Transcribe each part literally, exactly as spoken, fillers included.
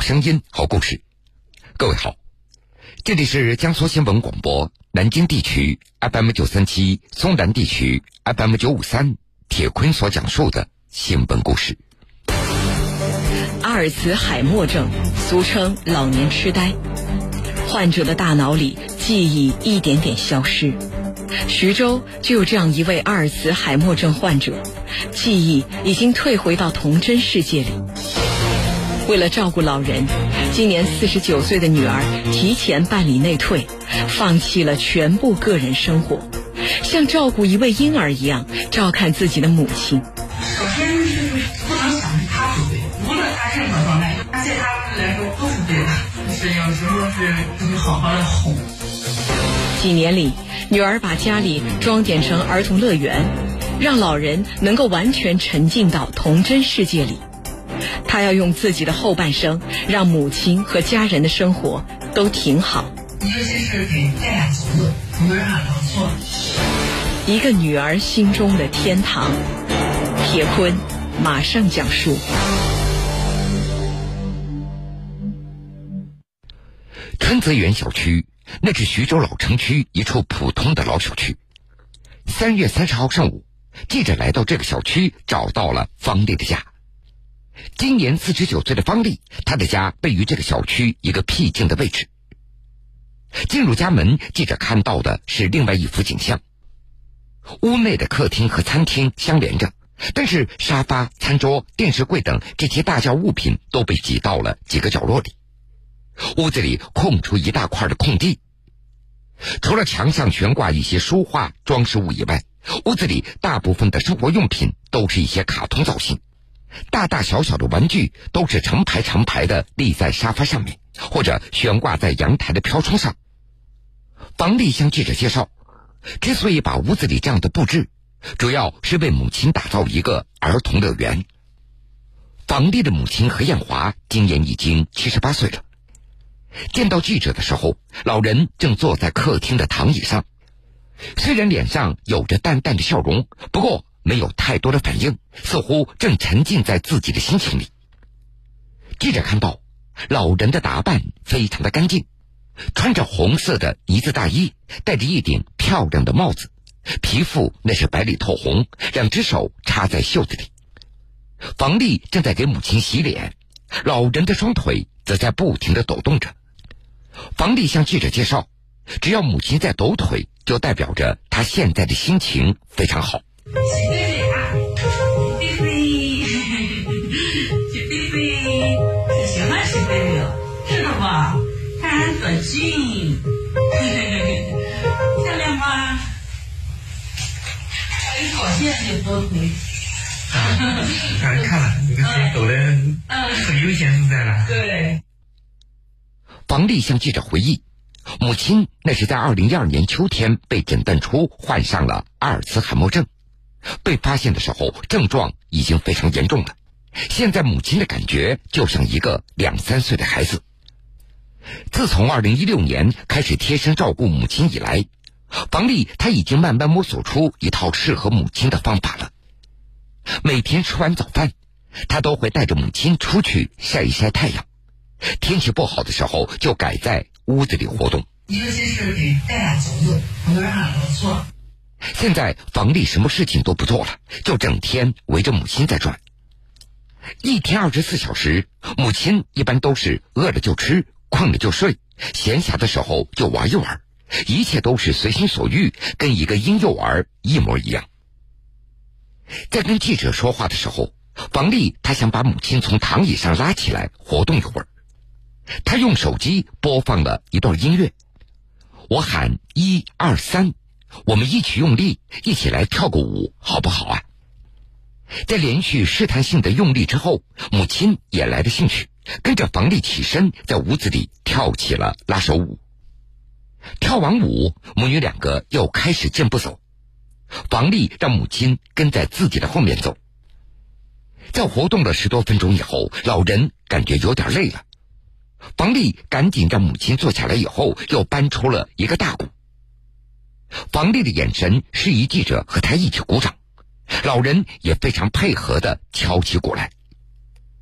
声音，好故事。各位好，这里是江苏新闻广播南京地区 F M 九三七，松南地区 F M 九五三，铁坤所讲述的新闻故事。 阿尔茨海默症，俗称老年痴呆，患者的大脑里记忆一点点消失。徐州就有这样一位阿尔茨海默症患者，记忆已经退回到童真世界里。为了照顾老人，今年四十九岁的女儿提前办理内退，放弃了全部个人生活，像照顾一位婴儿一样照看自己的母亲。 首先就是不能想着他不对，无论他任何状态，他对他来说都是对的，就是有时候是就是好好的哄。 几年里，女儿把家里装点成儿童乐园，让老人能够完全沉浸到童真世界里。她要用自己的后半生，让母亲和家人的生活都挺好。 尤其是给带俩侄子，我们俩都错了。 一个女儿心中的天堂，铁坤马上讲述。 春泽园小区，那是徐州老城区一处普通的老小区。三月三十号上午，记者来到这个小区，找到了方丽的家。今年四十九岁的方丽，她的家位于这个小区一个僻静的位置。进入家门，记者看到的是另外一幅景象。屋内的客厅和餐厅相连着，但是沙发、餐桌、电视柜等这些大件物品都被挤到了几个角落里。屋子里空出一大块的空地，除了墙上悬挂一些书画装饰物以外，屋子里大部分的生活用品都是一些卡通造型，大大小小的玩具都是成排成排的立在沙发上面，或者悬挂在阳台的飘窗上。房丽向记者介绍，之所以把屋子里这样的布置，主要是为母亲打造一个儿童乐园。房丽的母亲何艳华今年已经七十八岁了。见到记者的时候，老人正坐在客厅的躺椅上，虽然脸上有着淡淡的笑容，不过没有太多的反应，似乎正沉浸在自己的心情里。记者看到老人的打扮非常的干净，穿着红色的呢子大衣，戴着一顶漂亮的帽子，皮肤那是白里透红，两只手插在袖子里。房丽正在给母亲洗脸，老人的双腿则在不停地抖动着。房丽向记者介绍，只要母亲在抖腿，就代表着她现在的心情非常好。 洗对对啊，对对，洗对对，你喜欢洗对对了，知道吧？看短信，漂亮吗？一搞现就抖腿。 让人看了，这个腿抖得很悠闲自在了。 对。 房丽向记者回忆，母亲那是在二零一二年秋天被诊断出患上了阿尔茨海默症，被发现的时候症状已经非常严重了。现在母亲的感觉就像一个两三岁的孩子。自从二零一六年开始贴身照顾母亲以来，房丽她已经慢慢摸索出一套适合母亲的方法了。每天吃完早饭，她都会带着母亲出去晒一晒太阳，天气不好的时候就改在屋子里活动。 尤其是给带俩侄子，我们俩都错。 现在房丽什么事情都不做了，就整天围着母亲在转。一天二十四小时，母亲一般都是饿了就吃，困了就睡，闲暇的时候就玩一玩，一切都是随心所欲，跟一个婴幼儿一模一样。在跟记者说话的时候，房丽她想把母亲从躺椅上拉起来活动一会儿。她用手机播放了一段音乐，我喊一二三，我们一起用力，一起来跳个舞，好不好啊？在连续试探性的用力之后，母亲也来了兴趣，跟着房丽起身，在屋子里跳起了拉手舞。跳完舞，母女两个又开始健步走。房丽让母亲跟在自己的后面走。在活动了十多分钟以后，老人感觉有点累了。房丽赶紧让母亲坐下来以后，又搬出了一个大鼓。房丽的眼神示意记者和他一起鼓掌，老人也非常配合地敲起鼓来。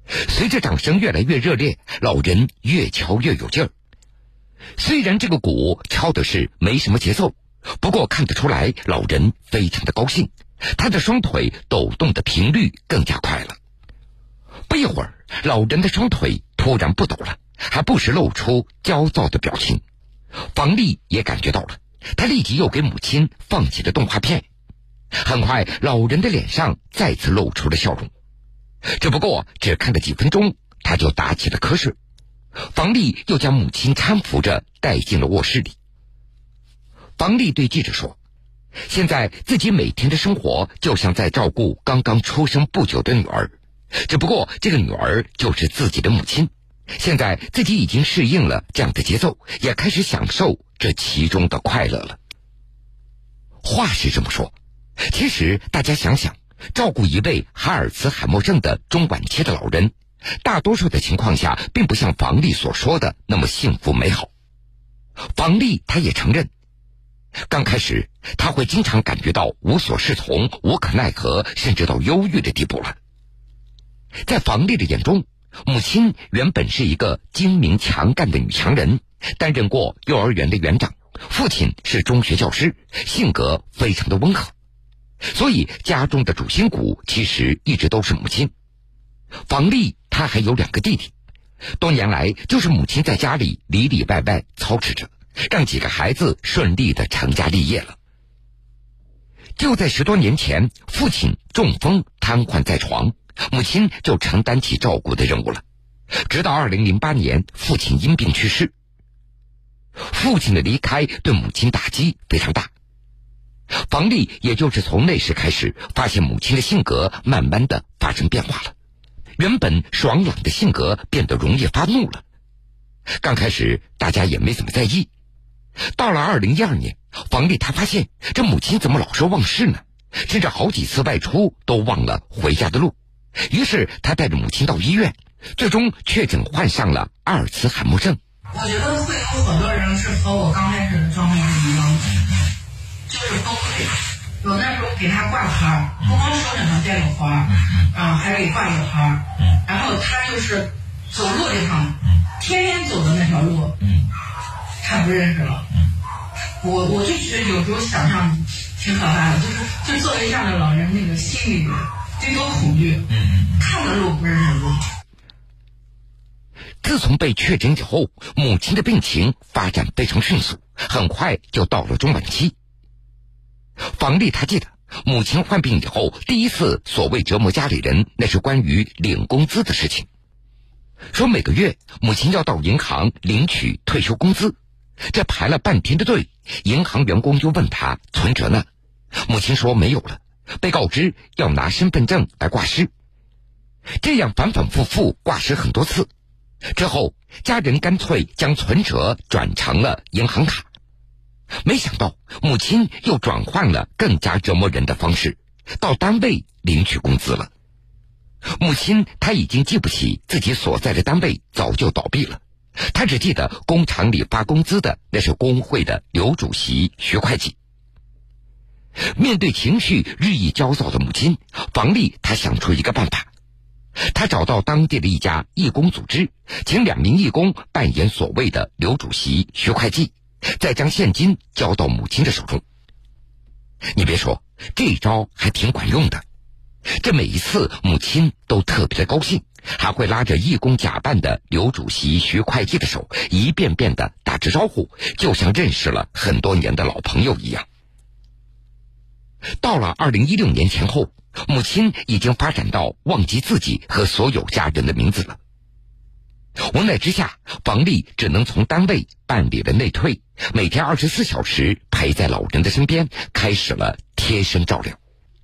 随着掌声越来越热烈，老人越敲越有劲儿。虽然这个鼓敲的是没什么节奏，不过看得出来老人非常的高兴，他的双腿抖动的频率更加快了。不一会儿，老人的双腿突然不抖了，还不时露出焦躁的表情。房丽也感觉到了，他立即又给母亲放起了动画片。很快，老人的脸上再次露出了笑容。只不过只看了几分钟，他就打起了瞌睡。房丽又将母亲搀扶着带进了卧室里。房丽对记者说，现在自己每天的生活就像在照顾刚刚出生不久的女儿，只不过这个女儿就是自己的母亲。现在自己已经适应了这样的节奏，也开始享受这其中的快乐了。话是这么说，其实大家想想，照顾一位哈尔茨海默症的中晚期的老人，大多数的情况下并不像房丽所说的那么幸福美好。房丽她也承认，刚开始她会经常感觉到无所适从、无可奈何，甚至到忧郁的地步了。在房丽的眼中，母亲原本是一个精明强干的女强人，担任过幼儿园的园长，父亲是中学教师，性格非常的温和，所以家中的主心骨其实一直都是母亲。房丽她还有两个弟弟，多年来就是母亲在家里里里外外操持着，让几个孩子顺利的成家立业了。就在十多年前，父亲中风瘫痪在床，母亲就承担起照顾的任务了。直到二零零八年，父亲因病去世。父亲的离开对母亲打击非常大。房丽也就是从那时开始，发现母亲的性格慢慢的发生变化了。原本爽朗的性格变得容易发怒了。刚开始大家也没怎么在意。到了二零一二年，房丽她发现这母亲怎么老是忘事呢？甚至好几次外出都忘了回家的路。于是她带着母亲到医院，最终确诊患上了阿尔茨海默症。 我觉得会有很多人是和我刚开始的状态是一样的，就是崩溃。有那时候给他挂牌，不光手指上戴个花，然后还给挂个牌，然后他就是走路的上，天天走的那条路，他不认识了。我我就觉得有时候想象挺可怕的，就是就作为这样的老人，那个心里这多恐惧，看的路不认识路。 自从被确诊以后，母亲的病情发展非常迅速，很快就到了中晚期。房丽她记得，母亲患病以后，第一次所谓折磨家里人，那是关于领工资的事情。说每个月母亲要到银行领取退休工资，这排了半天的队，银行员工就问她存折呢，母亲说没有了，被告知要拿身份证来挂失。这样反反复复挂失很多次之后，家人干脆将存折转成了银行卡。没想到母亲又转换了更加折磨人的方式，到单位领取工资了。母亲她已经记不起自己所在的单位早就倒闭了，她只记得工厂里发工资的那是工会的刘主席徐会计。面对情绪日益焦躁的母亲，房丽她想出一个办法，他找到当地的一家义工组织，请两名义工扮演所谓的刘主席徐会计，再将现金交到母亲的手中。你别说，这招还挺管用的。这每一次母亲都特别的高兴，还会拉着义工假扮的刘主席徐会计的手，一遍遍的打着招呼，就像认识了很多年的老朋友一样。到了二零一六年前后，母亲已经发展到忘记自己和所有家人的名字了。无奈之下，房丽只能从单位办理了内退，每天二十四小时陪在老人的身边，开始了贴身照料。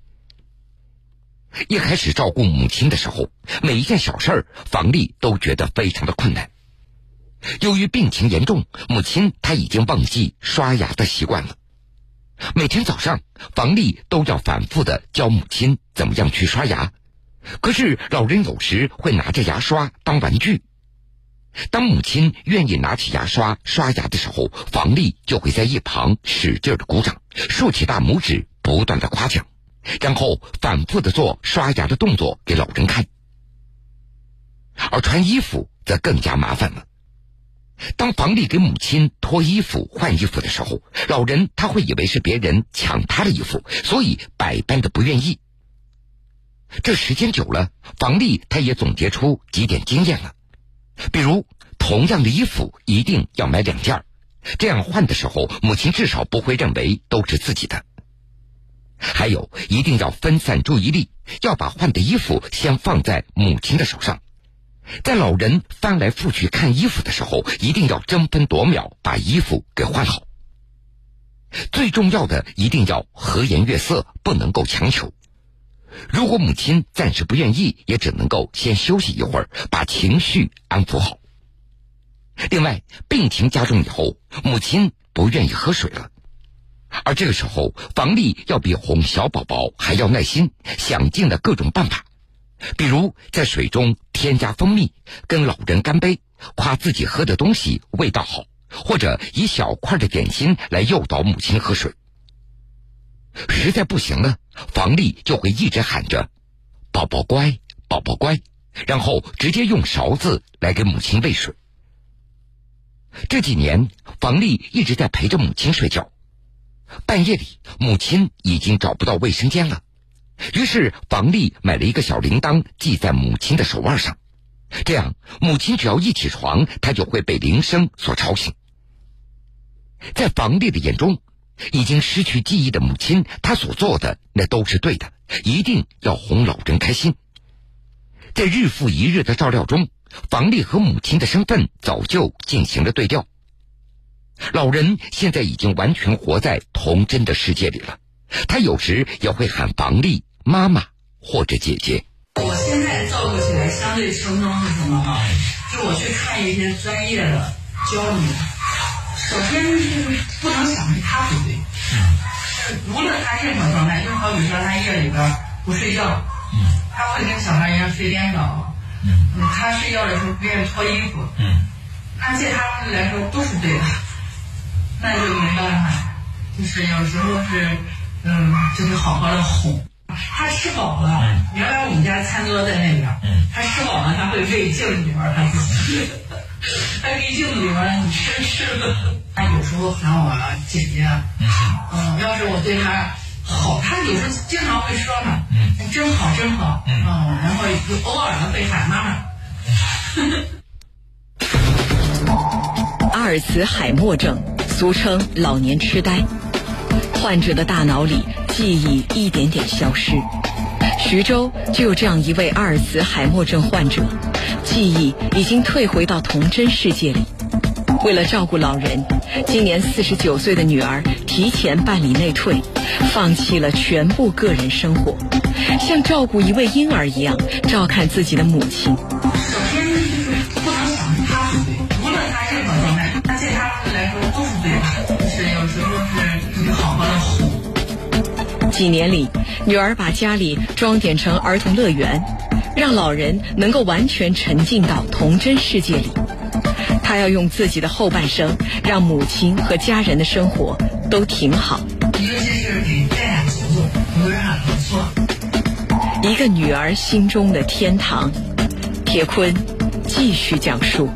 一开始照顾母亲的时候，每一件小事儿，房丽都觉得非常的困难。由于病情严重，母亲她已经忘记刷牙的习惯了。每天早上，房丽都要反复的教母亲怎么样去刷牙，可是老人有时会拿着牙刷当玩具。当母亲愿意拿起牙刷刷牙的时候，房丽就会在一旁使劲的鼓掌，竖起大拇指，不断的夸奖，然后反复的做刷牙的动作给老人看。 而穿衣服则更加麻烦了。当房丽给母亲脱衣服换衣服的时候，老人他会以为是别人抢他的衣服，所以百般的不愿意。这时间久了，房丽他也总结出几点经验了，比如同样的衣服一定要买两件，这样换的时候母亲至少不会认为都是自己的。还有一定要分散注意力，要把换的衣服先放在母亲的手上，在老人翻来覆去看衣服的时候，一定要争分夺秒把衣服给换好。最重要的一定要和颜悦色，不能够强求。如果母亲暂时不愿意，也只能够先休息一会儿，把情绪安抚好。另外，病情加重以后，母亲不愿意喝水了，而这个时候房丽要比哄小宝宝还要耐心，想尽了各种办法，比如在水中添加蜂蜜，跟老人干杯，夸自己喝的东西味道好，或者以小块的点心来诱导母亲喝水。实在不行了，房丽就会一直喊着宝宝乖宝宝乖，然后直接用勺子来给母亲喂水。这几年房丽一直在陪着母亲睡觉，半夜里母亲已经找不到卫生间了，于是房丽买了一个小铃铛系在母亲的手腕上，这样母亲只要一起床，她就会被铃声所吵醒。在房丽的眼中，已经失去记忆的母亲，她所做的那都是对的，一定要哄老人开心。在日复一日的照料中，房丽和母亲的身份早就进行了对调。老人现在已经完全活在童真的世界里了，他有时也会喊房丽妈妈或者姐姐。 我现在照顾起来相对轻松是什么啊？就我去看一些专业的教你，首先就是不能想是他不对，无论他任何状态，就好比说他夜里边不睡觉，他会跟小孩一样睡颠倒，他睡觉的时候不愿意脱衣服，那对他们来说都是对的，那就没办法，就是有时候是嗯，就是好好的哄。他吃饱了，原来我们家餐桌在那边，他吃饱了他会喂镜子里边他自己，他喂镜子里边你吃吃的。他有时候喊我姐姐，嗯，要是我对他好，他有时候经常会说呢，嗯，真好真好，嗯，然后就偶尔的会喊妈妈。 阿尔茨海默症，俗称老年痴呆，患者的大脑里记忆一点点消失。徐州就有这样一位阿尔茨海默症患者，记忆已经退回到童真世界里。为了照顾老人，今年四十九岁的女儿提前办理内退，放弃了全部个人生活，像照顾一位婴儿一样照看自己的母亲。 首先就是不能想是他是对，无论他任何状态，他对他们来说都是对的，就是有时候是你好好的哄。 几年里，女儿把家里装点成儿童乐园，让老人能够完全沉浸到童真世界里。她要用自己的后半生，让母亲和家人的生活都挺好。 尤其是给带俩祖宗，有点很不错。 一个女儿心中的天堂，铁坤继续讲述。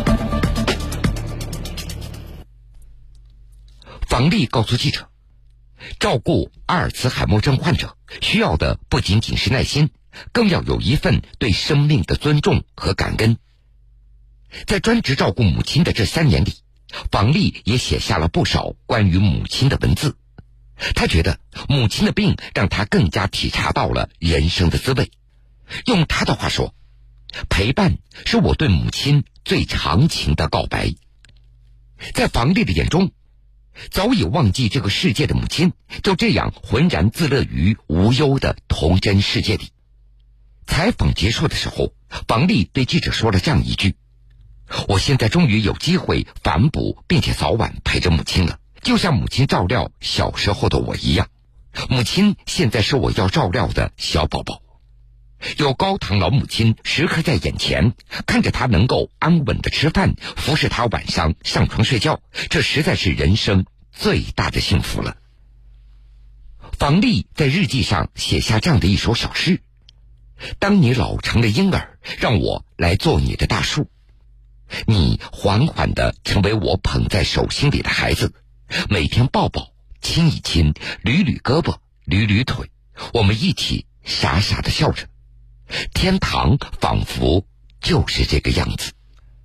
房丽告诉记者，照顾阿尔茨海默症患者需要的不仅仅是耐心，更要有一份对生命的尊重和感恩。在专职照顾母亲的这三年里，房丽也写下了不少关于母亲的文字。她觉得母亲的病让她更加体察到了人生的滋味。用她的话说，陪伴是我对母亲最长情的告白。在房丽的眼中，早已忘记这个世界的母亲就这样浑然自乐于无忧的童真世界里。采访结束的时候，房丽对记者说了这样一句：我现在终于有机会反哺并且早晚陪着母亲了，就像母亲照料小时候的我一样。母亲现在是我要照料的小宝宝，有高堂老母亲时刻在眼前，看着她能够安稳的吃饭，服侍她晚上上床睡觉，这实在是人生最大的幸福了。房丽在日记上写下这样的一首小诗： 当你老成了婴儿，让我来做你的大树。你缓缓地成为我捧在手心里的孩子，每天抱抱，亲一亲，捋捋胳膊，捋捋腿，我们一起傻傻地笑着。天堂仿佛就是这个样子。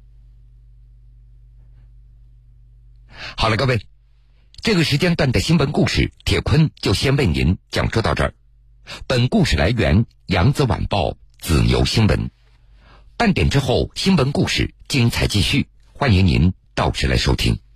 好了，各位，这个时间段的新闻故事，铁坤就先为您讲述到这儿。本故事来源扬子晚报子牛新闻。半点之后，新闻故事精彩继续，欢迎您到时来收听。